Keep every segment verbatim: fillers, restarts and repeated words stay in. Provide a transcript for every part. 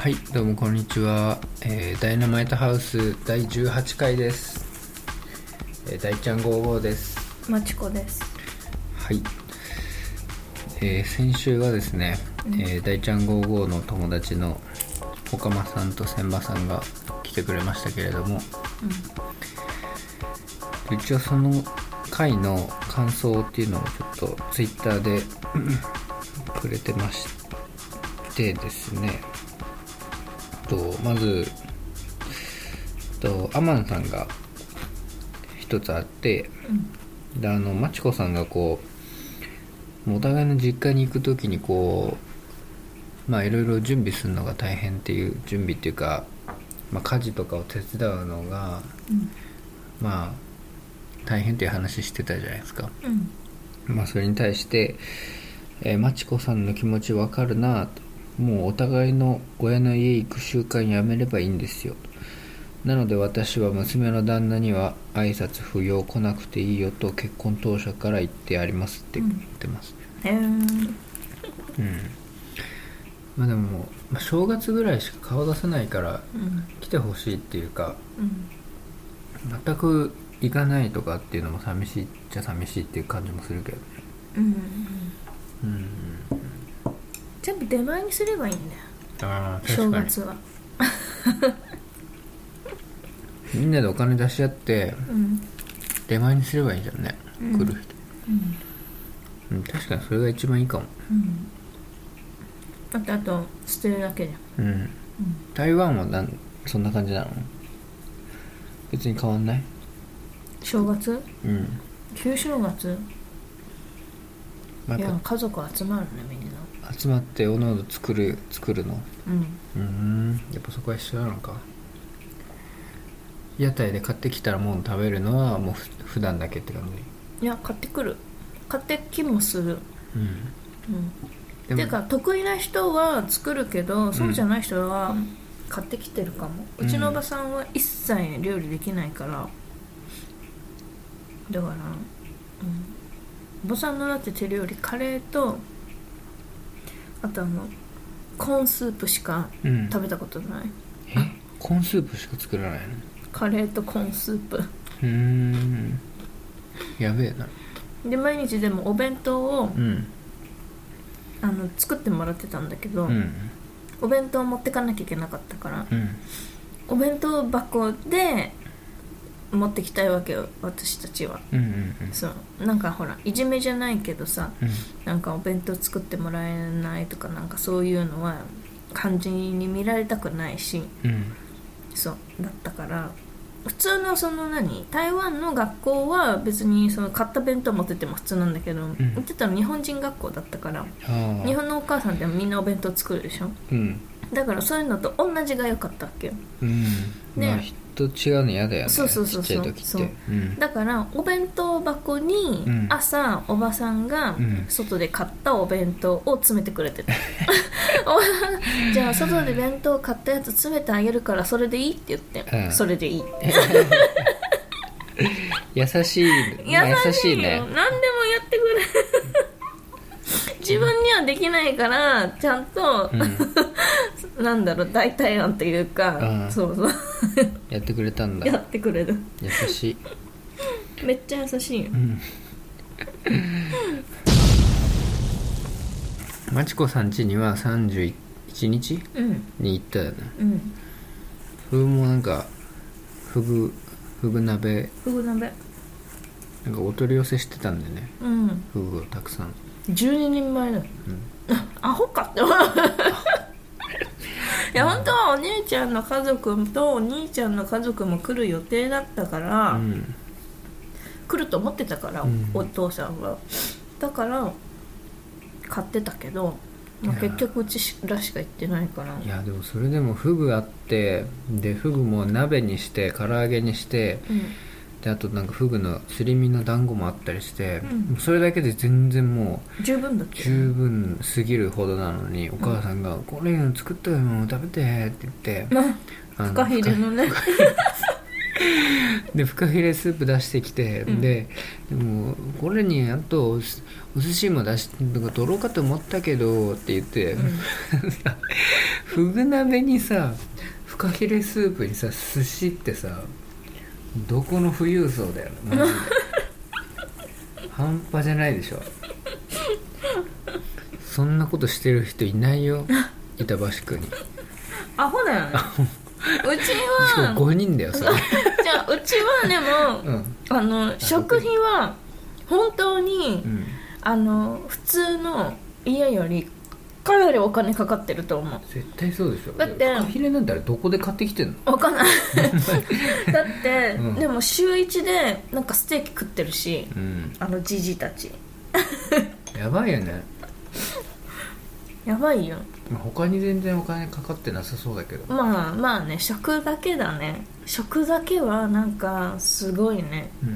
はい、どうもこんにちは、えー、ダイナマイトハウスだいじゅうはちかいです、えー、大ちゃんごじゅうごです。 まちこです。 はい、えー、先週はですね、うん、えー、大ちゃんごじゅうごの友達の岡間さんと千葉さんが来てくれましたけれども、うん、一応その回の感想っていうのをちょっとツイッターでくれてましてですね、とまずとアマンさんが一つあって、うん、であのマチコさんがこうお互いの実家に行くときにこうまあいろいろ準備するのが大変っていう準備っていうか、まあ、家事とかを手伝うのが、うん、まあ大変っていう話してたじゃないですか、うん、まあそれに対して、えー、マチコさんの気持ちわかるなと、もうお互いの親の家行く習慣やめればいいんですよ。なので私は娘の旦那には挨拶不要来なくていいよと結婚当初から言ってありますって言ってます。へ、うん、うん。まあでも、まあ、正月ぐらいしか顔出せないから来てほしいっていうか、うん、全く行かないとかっていうのも寂しいっちゃ寂しいっていう感じもするけどね。うん、うんうん、全部出前にすればいいんだよ。あ、正月はみんなでお金出し合って、うん、出前にすればいいじゃんね、うん、来る人、うんうん、確かにそれが一番いいかも、うん、 あとあと捨てるだけじゃん、うんうん、 台湾はなんそんな感じなの？別に変わんない？ 正月？うん、旧正月、まあ、いや家族集まるね、みんな集まっておのおの作る作るの。うん、うーん、やっぱそこは一緒なのか。屋台で買ってきたらもう食べるのはもうふ普段だけって感じ？いや、買ってくる、買ってきもする。うん、うん、ていうか得意な人は作るけど、そうじゃない人は買ってきてるかも、うん、うちのおばさんは一切料理できないから、だから、うん、おばさんのだって手料理カレーとあとあのコーンスープしか食べたことない、うん、 えコーンスープしか作らないの？ カレーとコーンスープ。うーん、やべえな。 で毎日でもお弁当を、うん、あの作ってもらってたんだけど、うん、お弁当持ってかなきゃいけなかったから、うん、お弁当箱で持ってきたいわけよ、私たちは、うんうんうん、そうなんかほらいじめじゃないけどさ、うん、なんかお弁当作ってもらえないとかなんかそういうのは感じに見られたくないし、うん、そうだったから普通のその何台湾の学校は別にその買った弁当持ってても普通なんだけど、うん、売ってたの日本人学校だったから、日本のお母さんでもみんなお弁当作るでしょ、うん、だからそういうのと同じが良かったわけよ、うん、 で、まあ、人違うの嫌だよね。 そうそうそうそう、ちっちゃい時ってそう、うん、だからお弁当箱に朝、うん、おばさんが外で買ったお弁当を詰めてくれてた、うん、じゃあ外で弁当買ったやつ詰めてあげるからそれでいいって言って、うん、それでいい優しい、優しいね。 何でもやってくれ自分にはできないからちゃんと、うん、なんだろう代替案というか、そうそうやってくれたんだ。 やってくれる、 優しいめっちゃ優しいよ、うん、 まちこさん家にはさんじゅういちにち、うん、に行ったよね、うん、フグもなんかフグフグ鍋フグ鍋なんかお取り寄せしてたんでね、うん、フグをたくさんじゅうににんまえだよ、うん、アホかっていや本当はお姉ちゃんの家族とお兄ちゃんの家族も来る予定だったから、うん、来ると思ってたから、うん、お父さんはだから買ってたけど、まあ、結局うちらしか行ってないから。 いやでもそれでもフグあってでフグも鍋にして唐揚げにして、うんであとなんかフグのすり身の団子もあったりして、うん、それだけで全然もう十分だって十分すぎるほどなのに、お母さんが、うん、これ作ったよ食べてって言って、 まあ、フカヒレのねでフカヒレスープ出してきて、うん、で, でもこれにあとお寿司も出しとか取ろうかと思ったけどって言って、うん、フグ鍋にさフカヒレスープにさ寿司ってさどこの富裕層だよねマジで半端じゃないでしょ。そんなことしてる人いないよ板橋区に。 アホだよね。うちはごにんだよそれ。 じゃあうちはでも、うん、あの食費は本当に、うん、あの普通の家よりかなりお金かかってると思う。 絶対そうでしょ。 だってフカヒレなんてあれどこで買ってきてんの？ わかんないだって、うん、でも週一でなんかステーキ食ってるし、うん、あのジジたちやばいよね。 やばいよ。 他に全然お金かかってなさそうだけど。 まあまあね、食だけだね。食だけはなんかすごいね、うん、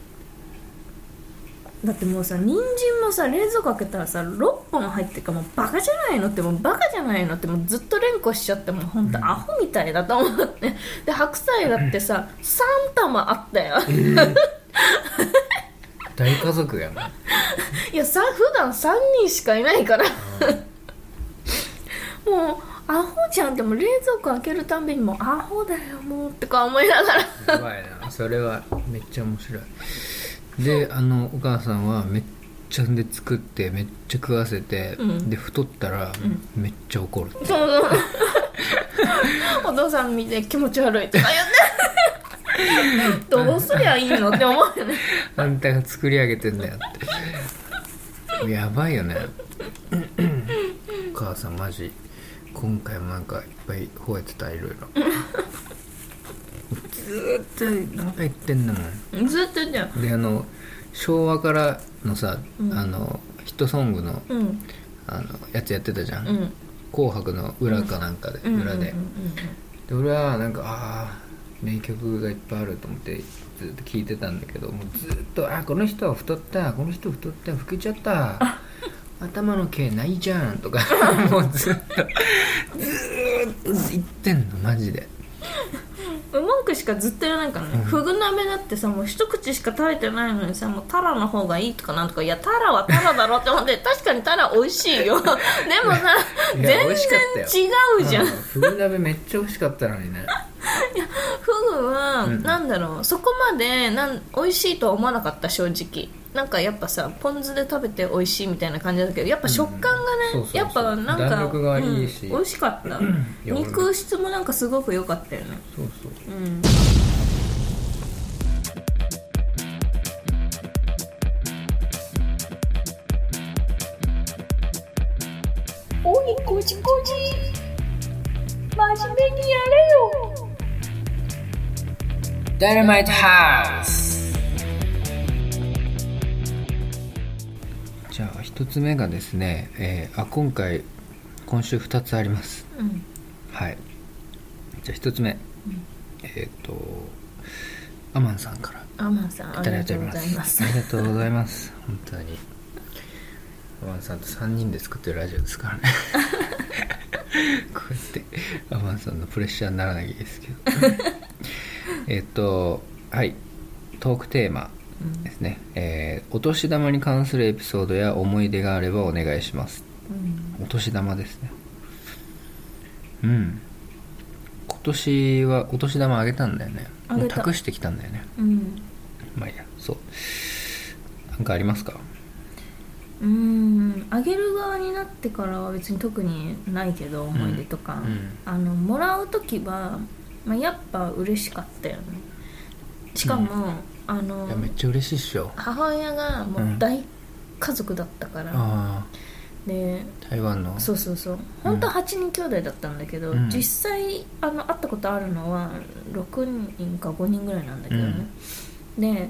だってもうさ、人参もさ冷蔵庫開けたらさろっぽん入ってるからもうバカじゃないのってもうバカじゃないのってもうずっと連呼しちゃってもうほんとアホみたいだと思って、うん、で白菜だってささんたまあったよ、えー、 大家族やな。 いやさ普段さんにんしかいないからもうアホじゃんってもう冷蔵庫開けるたんびにもうアホだよもうとか思いながらやばいな。それはめっちゃ面白い。であのお母さんはめっちゃで作ってめっちゃ食わせて、うん、で太ったら、うん、めっちゃ怒る。そうそうお父さん見て気持ち悪いとか言ってどうすりゃいいのって思うよね。 あんたが作り上げてんだよってやばいよねお母さんマジ今回もなんかいっぱい吠えてた。いろいろずーっとなんか言ってんだもん。 ずっと言ってんの。 であの昭和からのさ、うん、あのヒットソングの、うん、あのやつやってたじゃん、うん、紅白の裏かなんかで、うん、裏で、で俺はなんかああ名曲がいっぱいあると思ってずっと聴いてたんだけど、もうずっとあこの人は太った、この人太った、老けちゃった頭の毛ないじゃんとかもうずっとずーっと言ってんのマジで。 文句しかずっと言わないからね、うん、フグ鍋だってさもう一口しか食べてないのにさもうタラの方がいいとかなんとか、いやタラはタラだろって思って確かにタラ美味しいよでもさ全然違うじゃん。 フグ鍋めっちゃ美味しかったのにね。 いやフグは、うん、なんだろうそこまでなん美味しいとは思わなかった正直。なんかやっぱさポン酢で食べて美味しいみたいな感じだけどやっぱ食感がね、うん、そうそうそうやっぱなんか弾力がいいし、 うん、美味しかった、うん、肉質もなんかすごく良かったよね。 そうそう、うん、 おいこじこじ真面目にやれよダイナマイトハウス。じゃあ一つ目がですね、えー、あ今回今週ふたつあります、うん、はい。じゃあ一つ目、うん、えっ、ー、とアマンさんからアマンさんありがとうございます。 ありがとうございます本当にアマンさんとさんにんで作ってるラジオですからねこうやってアマンさんのプレッシャーにならなきゃいいですけどえっとはいトークテーマですね、うんえー、お年玉に関するエピソードや思い出があればお願いします、うん、お年玉ですね。うん今年はお年玉あげたんだよね。もう託してきたんだよね、うん、まあいいや。そうなんかありますか？ うーんあげる側になってからは別に特にないけど思い出とか、うんうん、あのもらう時は、まあ、やっぱ嬉しかったよね。しかも、うんあのいやめっちゃ嬉しいっしょ。 母親がもう大家族だったから、うん、あで台湾のそうそうそう本当ははちにん兄弟だったんだけど、うん、実際あの会ったことあるのはろくにんかごにんぐらいなんだけどね、うん、で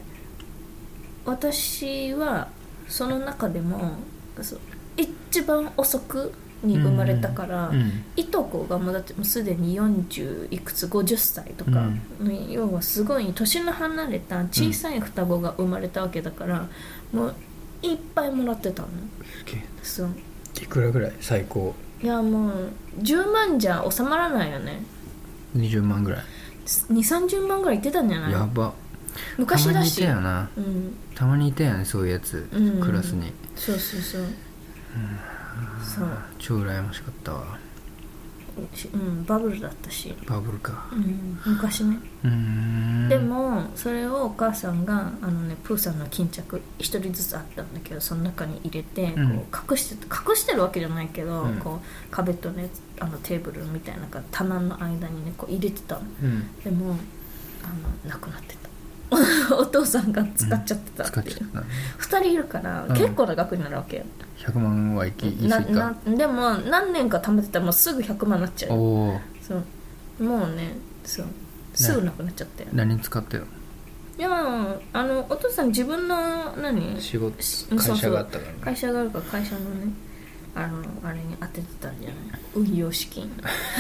私はその中でも一番遅くに生まれたから、うんうん、いとこがもうだってもうすでによんじゅういくつごじゅっさいとか、うん、要はすごい年の離れた小さい双子が生まれたわけだから、うん、もういっぱいもらってたの。 すげえ。 そういくらぐらい最高？ いやもうじゅうまんじゃ収まらないよね。 にじゅうまんぐらい？ にじゅう、さんじゅうまんぐらいいってたんじゃない？ やば。 昔だし。 たまにいたよな、 うん、 たまにいたよねそういうやつ、うん、クラスに。 そうそうそう、うん、そう超羨ましかったわ。 うん、バブルだったし。 バブルか、 うん、昔ね。うーん、でもそれをお母さんがあの、ね、プーさんの巾着一人ずつあったんだけどその中に入れてこう隠して、隠してるわけじゃないけど、うん、こう壁と、ね、あのテーブルみたいな棚の間に、ね、こう入れてたの、うん、でもあのなくなってたお父さんが使っちゃってたっていう、うん、ふたりいるから結構な額になるわけよ。 ひゃくまんはいきいななでも何年か貯めてたらもうすぐひゃくまんになっちゃう。おそうもうねそうすぐなくなっちゃったよ。 何に使ったよ。 いやあのお父さん自分の何仕事会社があったから、ね、 会社があるから会社のねあのあれに当ててたんじゃない運用資金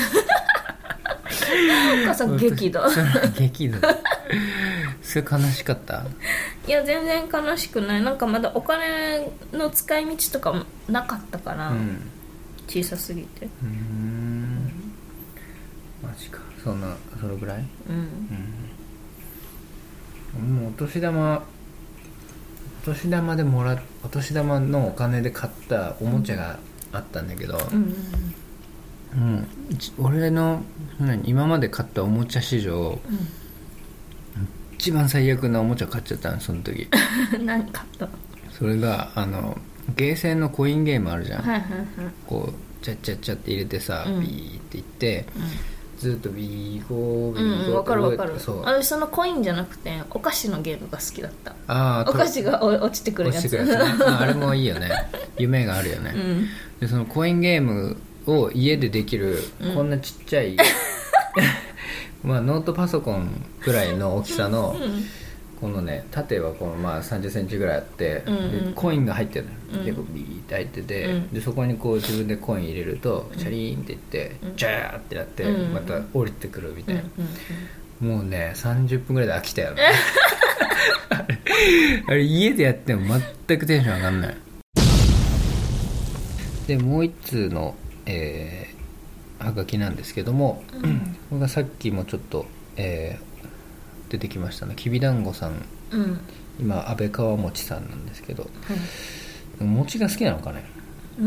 お母さん激怒激怒それ悲しかった。 いや全然悲しくない。なんかまだお金の使い道とかもなかったから、うん、小さすぎて。うーんマジか。そんなそのぐらい。うん、うん、もうお年玉お年玉でもらお年玉のお金で買ったおもちゃがあったんだけど、うんうん、もう俺の何今まで買ったおもちゃ史上、うん、一番最悪なおもちゃ買っちゃったのその時何買ったの？ それがあのゲーセンのコインゲームあるじゃん、 はいはいはい、 こうチャッチャッチャって入れてさ、うん、ビーっていって、うん、ずっとビーゴービーゴーって、うん、分かる分かる。そう私そのコインじゃなくてお菓子のゲームが好きだった。あお菓子が落ちてくるやつ、 落ちてくるやつ、ね、あ, あれもいいよね夢があるよね、うん、でそのコインゲームを家でできる、うん、こんなちっちゃいまあノートパソコンぐらいの大きさの、うん、このね縦はこのまあさんじゅっセンチぐらいあって、うんうん、でコインが入ってるの、うん、でこうビーって入ってて、うん、でそこにこう自分でコイン入れるとチャリーンっていって、うん、ジャーってなって、うん、また降りてくるみたいな、うんうん、もうねさんじゅっぷんぐらいで飽きたよねあ, れあれ家でやっても全くテンション上がんない。でもう一通の、えー、はがきなんですけども、うん、これがさっきもちょっと、えー、出てきましたね。きびだんごさん、うん、今安倍川餅さんなんですけど、はい、餅が好きなのかね、うん、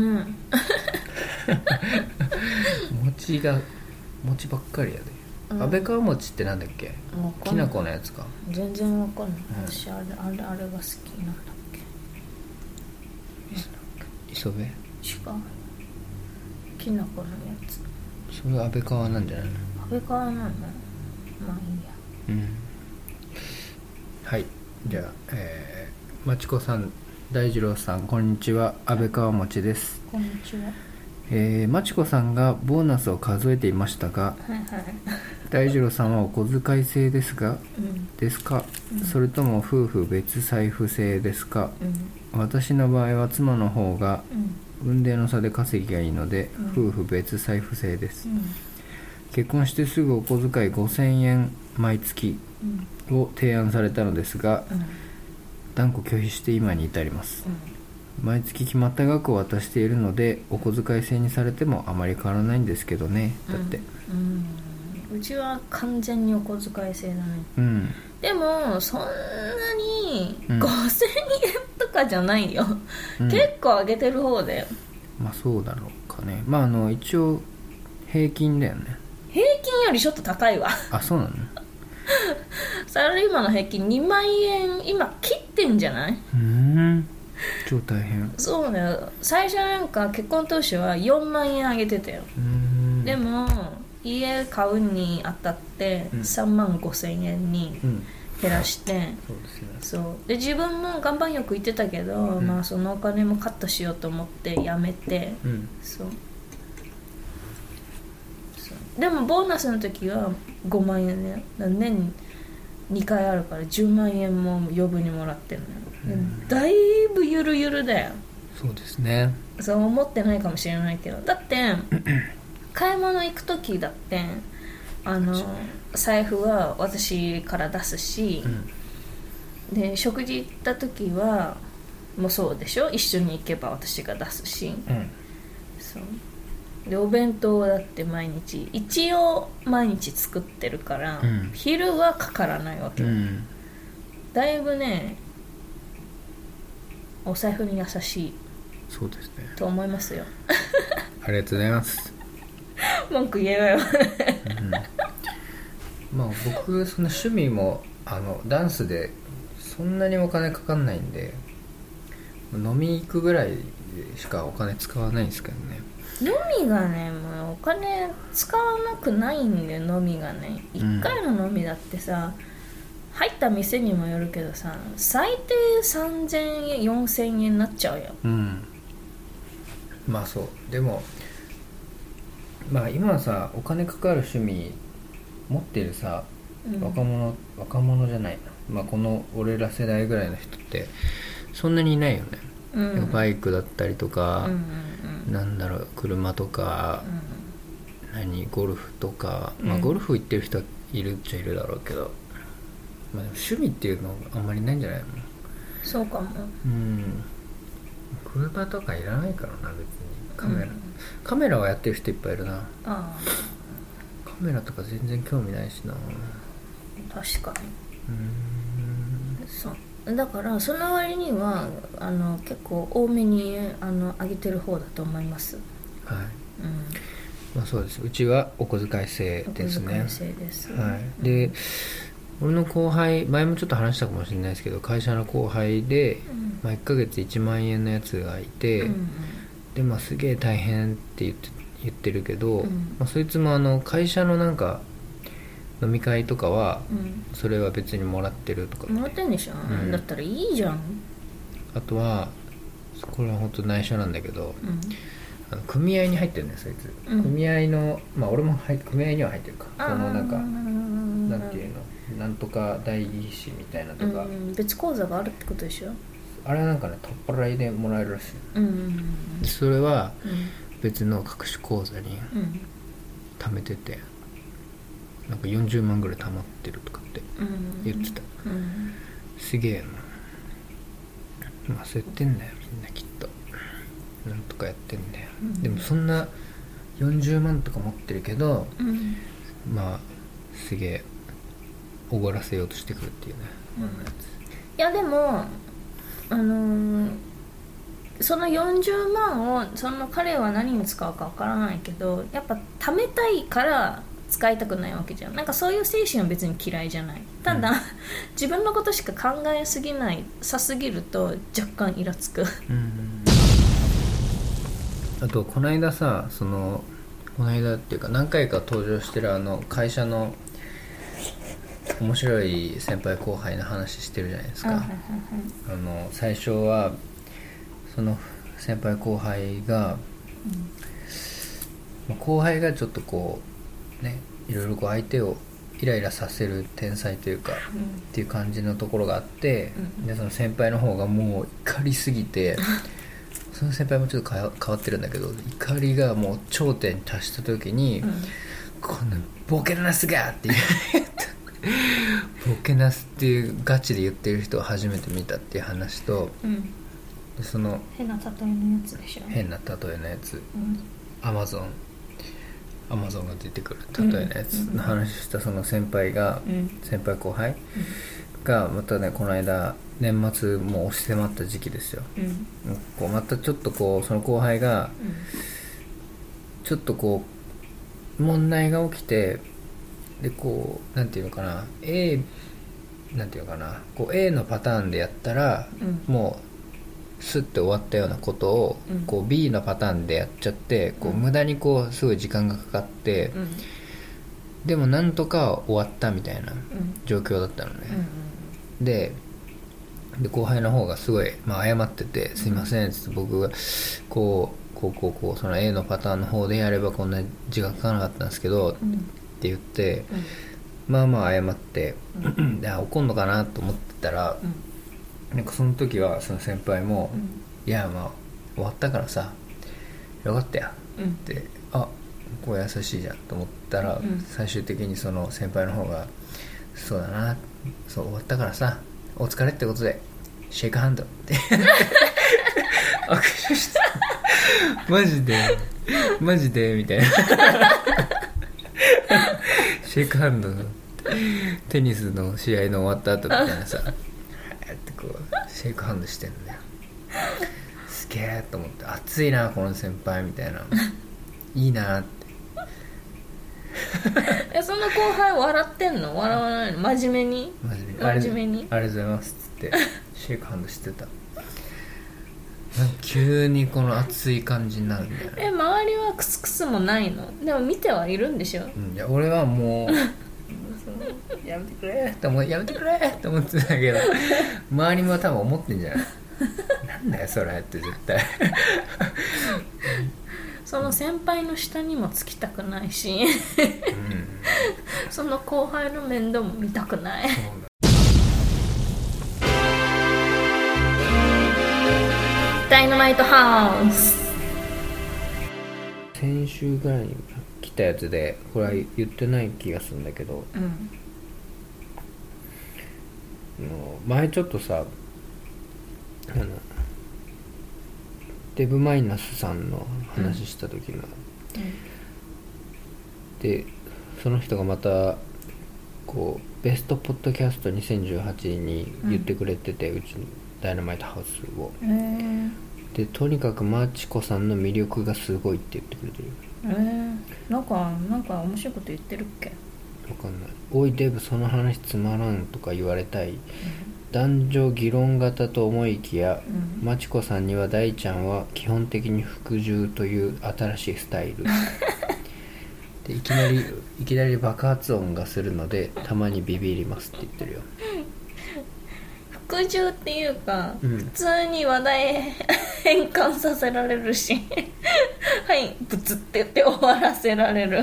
餅が餅ばっかりやで、うん、安倍川餅ってなんだっけ？きな粉のやつか。 全然わかんない、うん、私あれあれあれが好きなんだっけ。 磯部違うきな粉のやつ。 それ安倍川なんじゃないの？ 安倍川なんだ。まあいいや。うん。 はい。じゃあ、えー、まちこさん、大二郎さん、こんにちは。安倍川餅です。 こんにちは。 えー、まちこさんがボーナスを数えていましたが、はいはい、大二郎さんはお小遣い制ですが、うん、ですか、うん、それとも夫婦別財布制ですか、うん、私の場合は妻の方が、うん運命の差で稼ぎがいいので、うん、夫婦別財布制です、うん、結婚してすぐお小遣いごせんえん毎月を提案されたのですが、うん、断固拒否して今に至ります、うん、毎月決まった額を渡しているのでお小遣い制にされてもあまり変わらないんですけどね、だって、 うんうん、うちは完全にお小遣い制だね、うん、でもそんなにごせんえんとかじゃないよ、うん、結構上げてる方だよ。 まあそうだろうかね。まああの一応平均だよね。 平均よりちょっと高いわ。 あ、そうなの？ サラリーマンの平均にまんえん今切ってんじゃない？ うーん超大変。 そうだよ。最初なんか結婚当初はよんまんえん上げてたよ。うーんでも家買うにあたってさんまんごせんえんに減らして、うん、そうですね、そうで自分も岩盤浴行ってたけど、うん、まあそのお金もカットしようと思ってやめて、うん、そうそうでもボーナスの時はごまんえんね、年ににかいあるからじゅうまんえんも余分にもらってるのよ、うん、だいぶゆるゆるだよ。 そうですね。そう思ってないかもしれないけど、だって買い物行く時だってあの財布は私から出すし、うん、で食事行った時はもうそうでしょ、一緒に行けば私が出すし、うん、そうでお弁当だって毎日一応毎日作ってるから、うん、昼はかからないわけ、うん、だいぶねお財布に優しいそうですねと思いますよありがとうございます文句言えよ、 うんまあ、僕その趣味もあのダンスでそんなにお金かかんないんで飲み行くぐらいしかお金使わないんですけどね。 飲みがねもうお金使わなくないんで飲みがねいっかいの飲みだってさ、うん、入った店にもよるけどさ最低さんぜんえんよんせんえんになっちゃうよ。 うんまあそうでもまあ今はさお金かかる趣味持ってるさ、うん、若者若者じゃないな、まあ、この俺ら世代ぐらいの人ってそんなにいないよね、うん、バイクだったりとか、うんうんうん、なんだろう車とか、うん、何ゴルフとか、まあ、ゴルフ行ってる人はいるっちゃいるだろうけど、まあ、でも趣味っていうのあんまりないんじゃないの。 そうかも。 うん車とかいらないからな別にカメラ、うん、カメラはやってる人いっぱいいるな。ああカメラとか全然興味ないしな。 確かにうんそうだからその割にはあの結構多めにあの上げてる方だと思います。 はい、うんまあ、そうですうちはお小遣い制ですね。 お小遣い制です、 はい、で、うん、俺の後輩前もちょっと話したかもしれないですけど会社の後輩で、うんまあ、いっかげついちまんえんのやつがいて、うんうん、でまあすげえ大変って言って言ってるけど、うんまあ、そいつもあの会社のなんか飲み会とかは、うん、それは別にもらってるとかもらってんでしょ、うん、だったらいいじゃん。 あとはこれは本当内緒なんだけど、うん、あの組合に入ってるんだよそいつ、うん、組合のまあ俺も入組合には入ってるかそのなんかなんていうのなんとか代議士みたいなとか、うん、 別口座があるってことでしょ。あれはなんかね取っ払いでもらえるらしい、うんうんうん、それは、うん別の隠し口座に貯めてて、うん、なんかよんじゅうまんぐらい貯まってるとかって言ってた、うんうん、すげえな。まあそうやってんだよみんなきっとなんとかやってんだよ、うん、でもそんなよんじゅうまんとか持ってるけど、うん、まあすげえおごらせようとしてくるっていうね、うん、 いやでもあのーそのよんじゅうまんをその彼は何に使うかわからないけどやっぱ貯めたいから使いたくないわけじゃん。なんかそういう精神は別に嫌いじゃない。ただ、うん、自分のことしか考えすぎないさすぎると若干イラつく、うん、 あとこの間さそのこの間っていうか何回か登場してるあの会社の面白い先輩後輩の話してるじゃないですか、うん、あの最初はその先輩後輩が、うん、後輩がちょっとこうねいろいろこう相手をイライラさせる天才というか、うん、っていう感じのところがあって、うん、でその先輩の方がもう怒りすぎてその先輩もちょっと変わってるんだけど怒りがもう頂点に達した時に、うん、こんなボケなすがって言うボケなすっていうガチで言ってる人を初めて見たっていう話と、うんその変な例えのやつでしょ。 変な例えのやつ、うん、アマゾンアマゾンが出てくる例えのやつの話したその先輩が、うん、先輩後輩、うん、がまたねこの間年末もう押し迫った時期ですよ、うん、こうまたちょっとこうその後輩が、うん、ちょっとこう問題が起きてでこうなんていうのかな A なんていうのかなこう A のパターンでやったら、うん、もうスッて終わったようなことを、うん、こう B のパターンでやっちゃってこう、うん、無駄にこうすごい時間がかかって、うん、でもなんとか終わったみたいな状況だったのね、うんうん、で, で後輩の方がすごい、まあ、謝っててすいませんって僕がこうこうこうこうその A のパターンの方でやればこんな時間かからなかったんですけど、うん、って言って、うん、まあまあ謝って、うん、で怒んのかなと思ってたら、うんなんかその時はその先輩も、うん、いやまあ終わったからさよかったよって、うん、あこう優しいじゃんと思ったら、うん、最終的にその先輩の方がそうだなそう終わったからさお疲れってことでシェイクハンドって握手したマジでマジでみたいなシェイクハンドのテニスの試合の終わった後みたいなさってこうシェイクハンドしてんだよ。すげえと思って、熱いなこの先輩みたいな、いいなってえ、そんな後輩笑ってんの？笑わないの？真面目に真面目に真面目にありがとうございますっつってシェイクハンドしてた。なんか急にこの熱い感じになるんだよね。 え、周りはクスクスもないの？でも見てはいるんでしょ？ うん、いや俺はもうやめてくれって思う、やめてくれって思ってたけど周りも多分思ってんじゃないなんだよそれって絶対その先輩の下にもつきたくないし、うん、その後輩の面倒も見たくない。ダイナマイトハウス、 先週ぐらいに来たやつでこれは言ってない気がするんだけど、 うん、 前ちょっとさあのデブマイナスさんの話した時の、うん、でその人がまたこうベストポッドキャストにせんじゅうはちに言ってくれてて、うん、うちのダイナマイトハウスを、えー、でとにかくマチコさんの魅力がすごいって言ってくれてる。 えー、なんかなんか面白いこと言ってるっけ？ わかんない。おいデブその話つまらんとか言われたい、うん、男女議論型と思いきや、うん、マチコさんには大ちゃんは基本的に服従という新しいスタイルでいきなりいきなり爆発音がするのでたまにビビりますって言ってるよ。 服従っていうか、うん、普通に話題変換させられるしはいブツって言って終わらせられる、うん、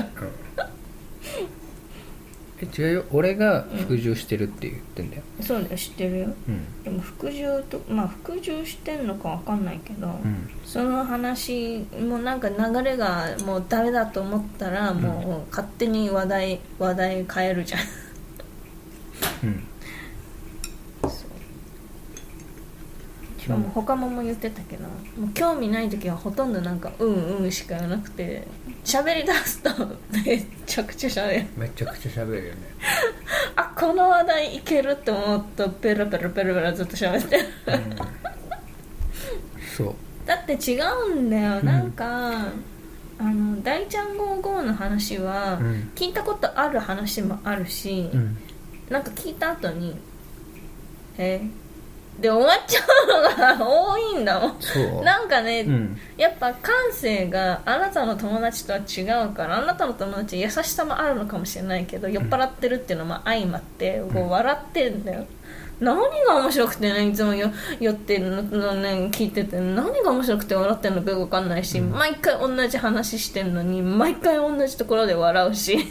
え違うよ、俺が服従してるって言ってんだよ、 うん、そうだよ知ってるよ、うん、でも服従とまあ服従してんのか分かんないけど、うん、その話もなんか流れがもうダメだと思ったら、うん、もう勝手に話題話題変えるじゃんうんしかも他もも言ってたけど、もう興味ない時はほとんどなんかうんうんしか言わなくて、喋り出すとめちゃくちゃ喋る。 めちゃくちゃ喋るよねあ、この話題いけるって思うとペラペラペラペラずっと喋ってる、うん、 そうだって違うんだよ、うん、なんかあの大ちゃんごーごーの話は、うん、聞いたことある話もあるし、うん、なんか聞いた後にえで終わっちゃうのが多いんだもん。そうなんかね、うん、やっぱ感性があなたの友達とは違うから、あなたの友達優しさもあるのかもしれないけど、酔っ払ってるっていうのも相まってこう笑ってんだよ、うん、何が面白くてね、いつもよ酔ってるのね聞いてて何が面白くて笑ってるのかよく分かんないし、うん、毎回同じ話してんのに毎回同じところで笑うし、うん、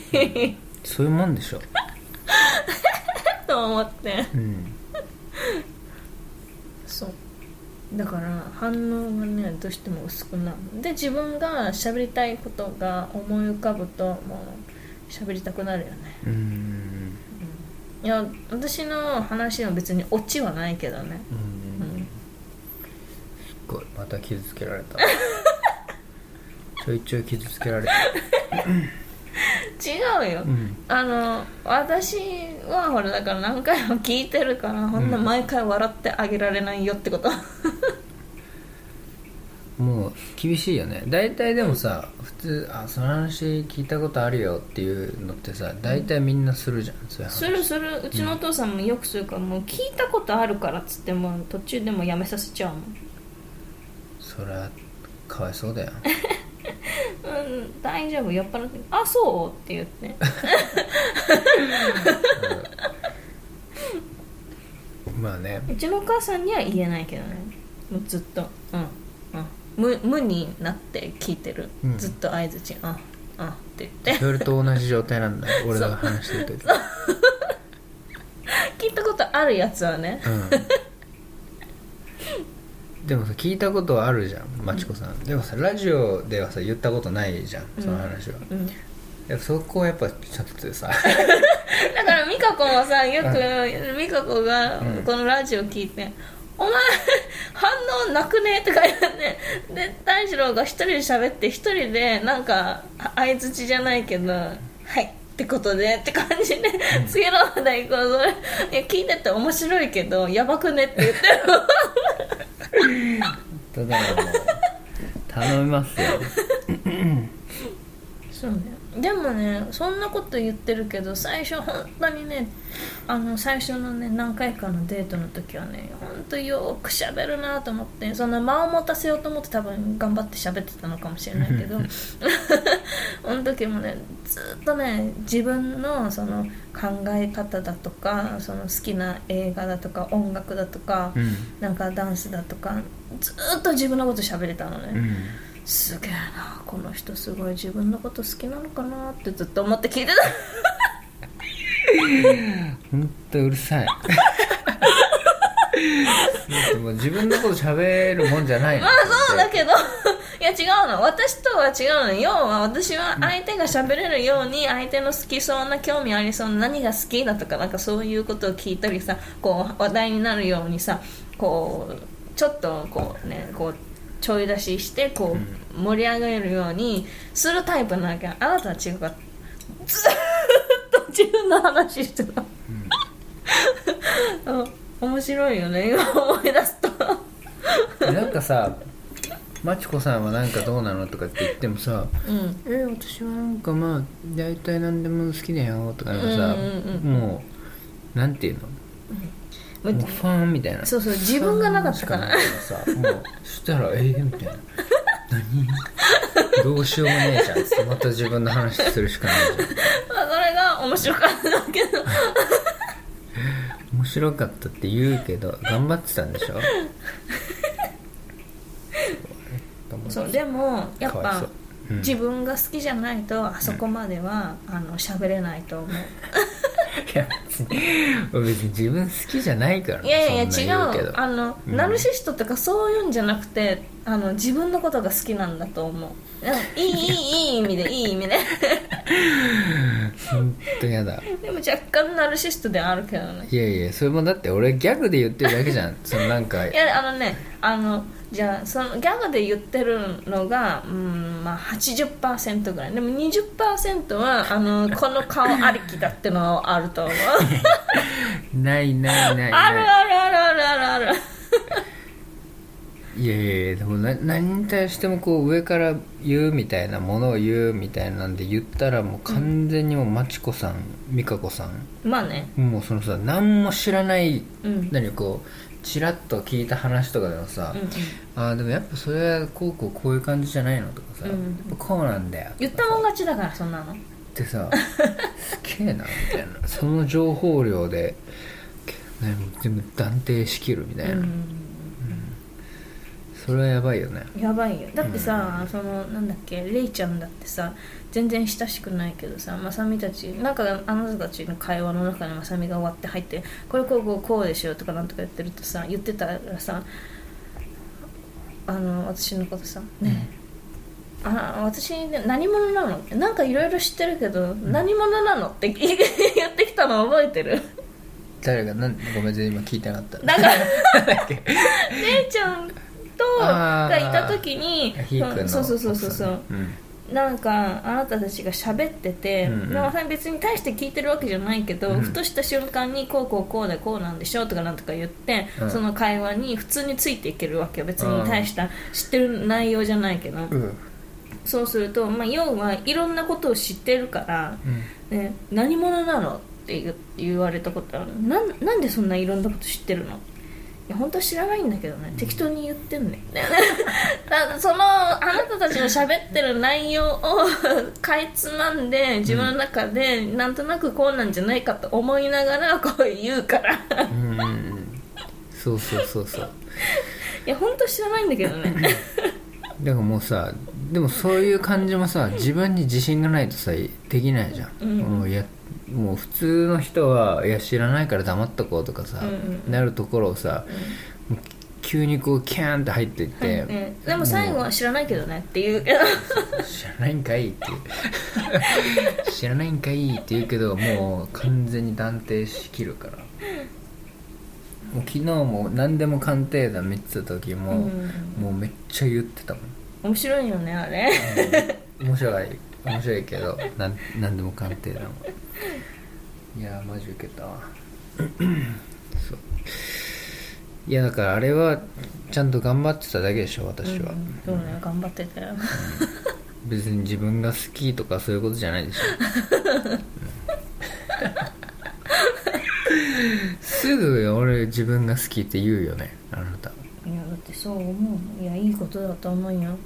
そういうもんでしょと思って、うんそうだから反応がねどうしても薄くなるで、自分が喋りたいことが思い浮かぶともう喋りたくなるよね。うーん、うん、いや私の話は別にオチはないけどね。うん、うん、すごいまた傷つけられたちょいちょい傷つけられた違うよ、うん、あの私はほらだから何回も聞いてるから、ほんな毎回笑ってあげられないよってこと、 うん、もう厳しいよね。大体でもさ、普通あその話聞いたことあるよっていうのってさ大体みんなするじゃん、うん、そういう話するする。うちのお父さんもよくするから、もう聞いたことあるからっつっても途中でもやめさせちゃうもん。 そりゃかわいそうだようん、大丈夫酔っ払ってあそうって言ってまあね、 うちのお母さんには言えないけどね、もうずっとうんうん無、無になって聞いてる、うん、ずっと相づちうんうんって言ってそれと同じ状態なんだ俺が話してる時聞いたことあるやつはね、 うん、でもさ聞いたことはあるじゃんまちこさん、うん、でもさラジオではさ言ったことないじゃんその話は、うんうん、やっぱそこはやっぱちょっとさだから美香子もさよく美香子がこのラジオ聞いて、 お前反応なくねとか言ってで大二郎が一人で喋って一人でなんか相づちじゃないけどはいってことでって感じで、うん、次の話題行こう。それいや聞いてて面白いけどやばくねって言ってるただもう頼みますよそうね。でもねそんなこと言ってるけど最初本当にねあの最初のね何回かのデートの時はね本当よく喋るなと思ってその間を持たせようと思って多分頑張って喋ってたのかもしれないけどその時もねずっとね自分のその考え方だとかその好きな映画だとか音楽だとか、うん、なんかダンスだとかずっと自分のこと喋れたのね、うんすげえなこの人すごい自分のこと好きなのかなってずっと思って聞いてたほんとうるさいもう自分のこと喋るもんじゃないのまあそうだけどいや違うの私とは違うの要は私は相手が喋れるように相手の好きそうな興味ありそうな何が好きだとかなんかそういうことを聞いたりさこう話題になるようにさこうちょっとこうねこうちょい出ししてこう盛り上げるようにするタイプなわけ。あなたは違うからずっと自分の話してた、うん、面白いよね今思い出すとなんかさまちこさんはなんかどうなのとかって言ってもさ、うん、え私はなんかまあ大体何でも好きだよとかなんかさ、うんうんうん、もうなんていうの、うん、もうファンみたいなそうそう自分がなかったからさもうそしたらえーみたいな何どうしようもねえじゃんってまた自分の話するしかないじゃんまあそれが面白かったんだけど面白かったって言うけど頑張ってたんでしょそうでもやっぱ、うん、自分が好きじゃないとあそこまでは、うん、あの喋れないと思ういや別に別に自分好きじゃないからいやいや違うあの、うん、ナルシストとかそういうんじゃなくてあの自分のことが好きなんだと思ういいいいいい意味でいい意味で本当やだでも若干ナルシストであるけどねいやいやそれもだって俺ギャグで言ってるだけじゃんそのなんかいやあのねあのじゃあそのギャグで言ってるのが、うんまあ、はちじゅっパーセント ぐらいでも にじゅっパーセント はあのこの顔ありきだってのはあると思うないないないないあるあるあるあるあるあるいやいやいやでもな何に対してもこう上から言うみたいなものを言うみたいなんで言ったらもう完全にもうまちこさん美香子さんまあねもうそのさ何も知らない、うん、何こうチラッと聞いた話とかでもさ、うんうん、ああでもやっぱそれはこうこうこういう感じじゃないのとかさ、うんうん、やっぱこうなんだよ言ったもん勝ちだからそんなのってさすげえなみたいなその情報量で、ね、全部断定しきるみたいな、うんうん、それはやばいよねやばいよだってさ、うん、そのなんだっけレイちゃんだってさ全然親しくないけどさまさみたちなんかあなたたちの会話の中でまさみが終わって入ってこれこうこうこうでしょとかなんとか言ってるとさ言ってたらさあの私のことさねえ、うん、あ私何者なのなんかいろいろ知ってるけど、うん、何者なのって言ってきたの覚えてる誰がなんごめん今聞いてなかっただからレイちゃんとがいた時にそうそうそうそうそう、うんなんかあなたたちが喋ってて、うんうん、別に大して聞いてるわけじゃないけど、うん、ふとした瞬間にこうこうこうでこうなんでしょとかなんとか言って、うん、その会話に普通についていけるわけよ別に大した知ってる内容じゃないけど、うん、そうすると、まあ、要はいろんなことを知ってるから、うんね、何者なのって言、言われたことある な, なんでそんないろんなこと知ってるのいや本当は知らないんだけどね適当に言ってんねだそのあなたたちの喋ってる内容をかいつまんで自分の中でなんとなくこうなんじゃないかと思いながらこう言うからうんそうそうそうそういや本当知らないんだけどねだからもうさでもそういう感じもさ自分に自信がないとさできないじゃん、うん、もうやもう普通の人はいや知らないから黙っとこうとかさ、うんうん、なるところをさ、うん、急にこうキャーンって入っていって、はいね、でも最後は知らないけどねっていうけど知らないんかいっていう知らないんかいって言うけどもう完全に断定しきるからもう昨日も何でも鑑定団見てた時も、うん、もうめっちゃ言ってたもん。 面白いよねあれ、 うん、面白い面白いけどなん何でも鑑定団もいやマジウケたわそういやだからあれはちゃんと頑張ってただけでしょ私は、うん、 そうね頑張ってたよ別に自分が好きとかそういうことじゃないでしょ、うんすぐ俺自分が好きって言うよねあなた。 いやだってそう思う。いやいいことだと思うよ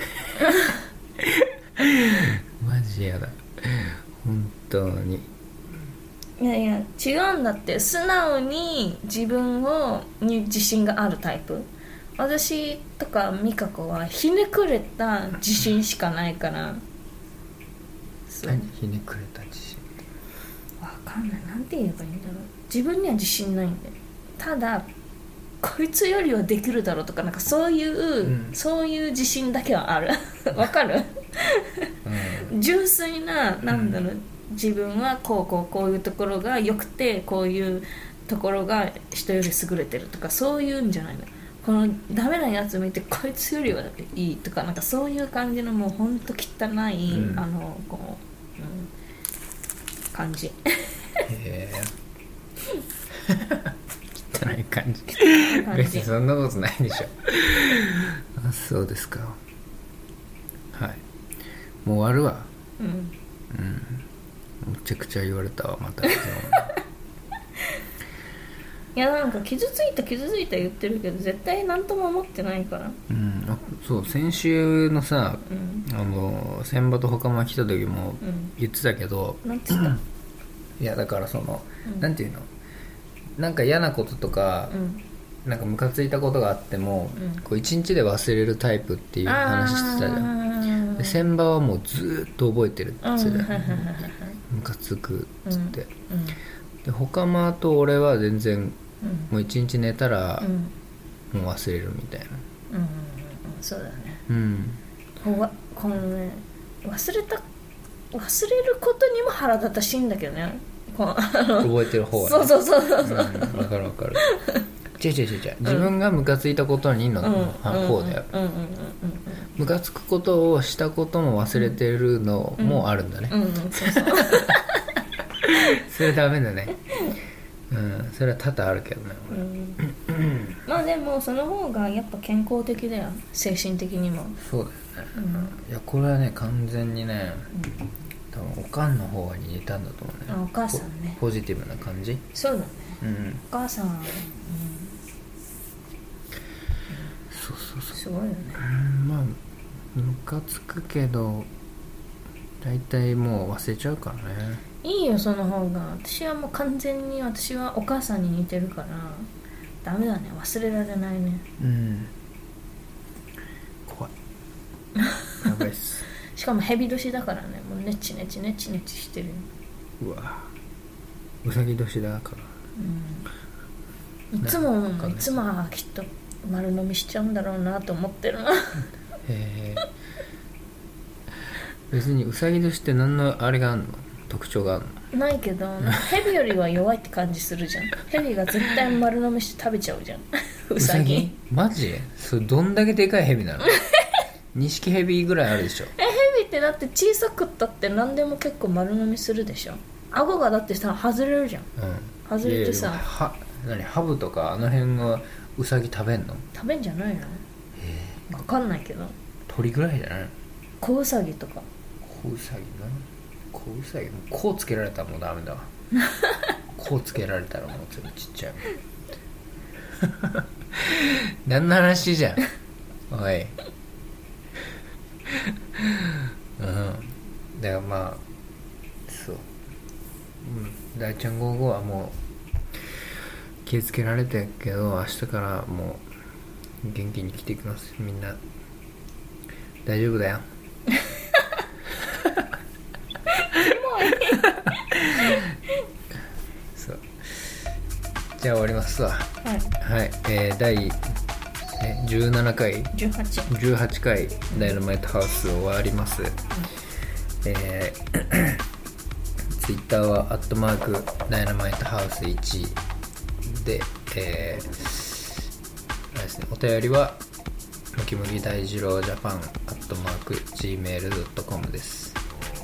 マジやだ本当に。 いやいや違うんだって。素直に自分をに自信があるタイプ。私とか美香子はひねくれた自信しかないから何ひねくれた自信わかんない。なんて言えばいいんだろう。自分には自信ないんで、ただこいつよりはできるだろうとかなんかそういう、うん、そういう自信だけはあるわかる、うん、純粋ななんだろう、うん、自分はこうこうこういうところが良くてこういうところが人より優れてるとかそういうんじゃないの。このダメなやつ見てこいつよりはいいとかなんかそういう感じのもうほんと汚い、うん、あのこう、うん、感じへえ汚い感じ別にそんなことないでしょあそうですか。はいもう終わるわ。うん、うん、めちゃくちゃ言われたわまたいやなんか傷ついた傷ついた言ってるけど絶対何とも思ってないから。 うんあそう先週のさ、うん、あの千葉と他間来た時も言ってたけど、 うん、なんて言ったいやだからその、うん、なんていうのなんか嫌なこととか、うん、なんかムカついたことがあっても、うん、こう一日で忘れるタイプっていう話してたじゃん。で千葉はもうずっと覚えてるって言ってたじゃん。ムカつくっつって、うんうん、で他間と俺は全然、うん、もう一日寝たら、うん、もう忘れるみたいな、 うんうんうん、そうだね、うん、ここのね忘れた忘れることにも腹立たしいんだけどねこの覚えてる方は、ね、 そうそうそうそう、うん、 分かる分かる違う違う違う違う自分がムカついたことにの、うん、方だよ。ムカつくことをしたことも忘れてるのもあるんだね、うんうんうん、そうそうそれダメだね、うん、それは多々あるけどね、うん、 まあでもその方がやっぱ健康的だよ精神的にも。 そうだよね、うん、いやこれはね完全にね、うん多分おかんの方が似たんだと思うね。 あお母さんねポ, ポジティブな感じ。 そうだね、 うん、 お母さん、うん、 そうそうそうすごいよね、 うん、まあムカつくけど大体もう忘れちゃうからね。 いいよその方が。私はもう完全に私はお母さんに似てるからダメだね忘れられないね。 うん怖いやばいっすしかもヘビ年だからねもうネチネチネチネチしてる。 うわうさぎ年だから、 うん、いつもいつもはきっと丸飲みしちゃうんだろうなと思ってるなへえ別にうさぎ年って何のあれがあるの特徴があるのないけどヘビよりは弱いって感じするじゃんヘビが絶対丸飲みして食べちゃうじゃんうさぎマジそれどんだけでかいヘビなのニシキヘビぐらいあるでしょ。 えヘビってだって小さくったって何でも結構丸飲みするでしょ。顎がだってさ外れるじゃん、うん、外れてさは何ハブとかあの辺がウサギ食べんの食べんじゃないの分かんないけど鳥ぐらいじゃないの子ウサギとか子ウサギな子ウサギもうこうつけられたらもうダメだわこうつけられたらもうちょっとちっちゃい何の話じゃんおいうんだからまあそう、うん、大ちゃんごじゅうごはもう気をつけられてるけど明日からもう元気に生きていきますみんな大丈夫だよそうじゃあ終わりますわはい、はいえー、第じゅうななかいじゅうはちじゅうはちかいダイナマイトハウス終わります、うんえー、ツイッターはアットマークダイナマイトハウスいちで、 えー、あれですね、お便りはむきむき大二郎ジャパンアットマーク ジーメールドットコム です。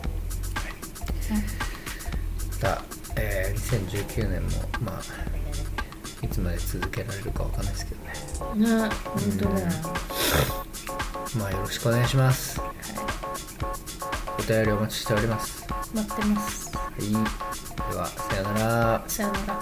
また、えー、にせんじゅうきゅうねんもまあいつまで続けられるかわかんないですけどね。 ね、本当だよ。 まあよろしくお願いします。はい、お便りお待ちしております。 待ってます。 はい、ではさよなら。 さよなら。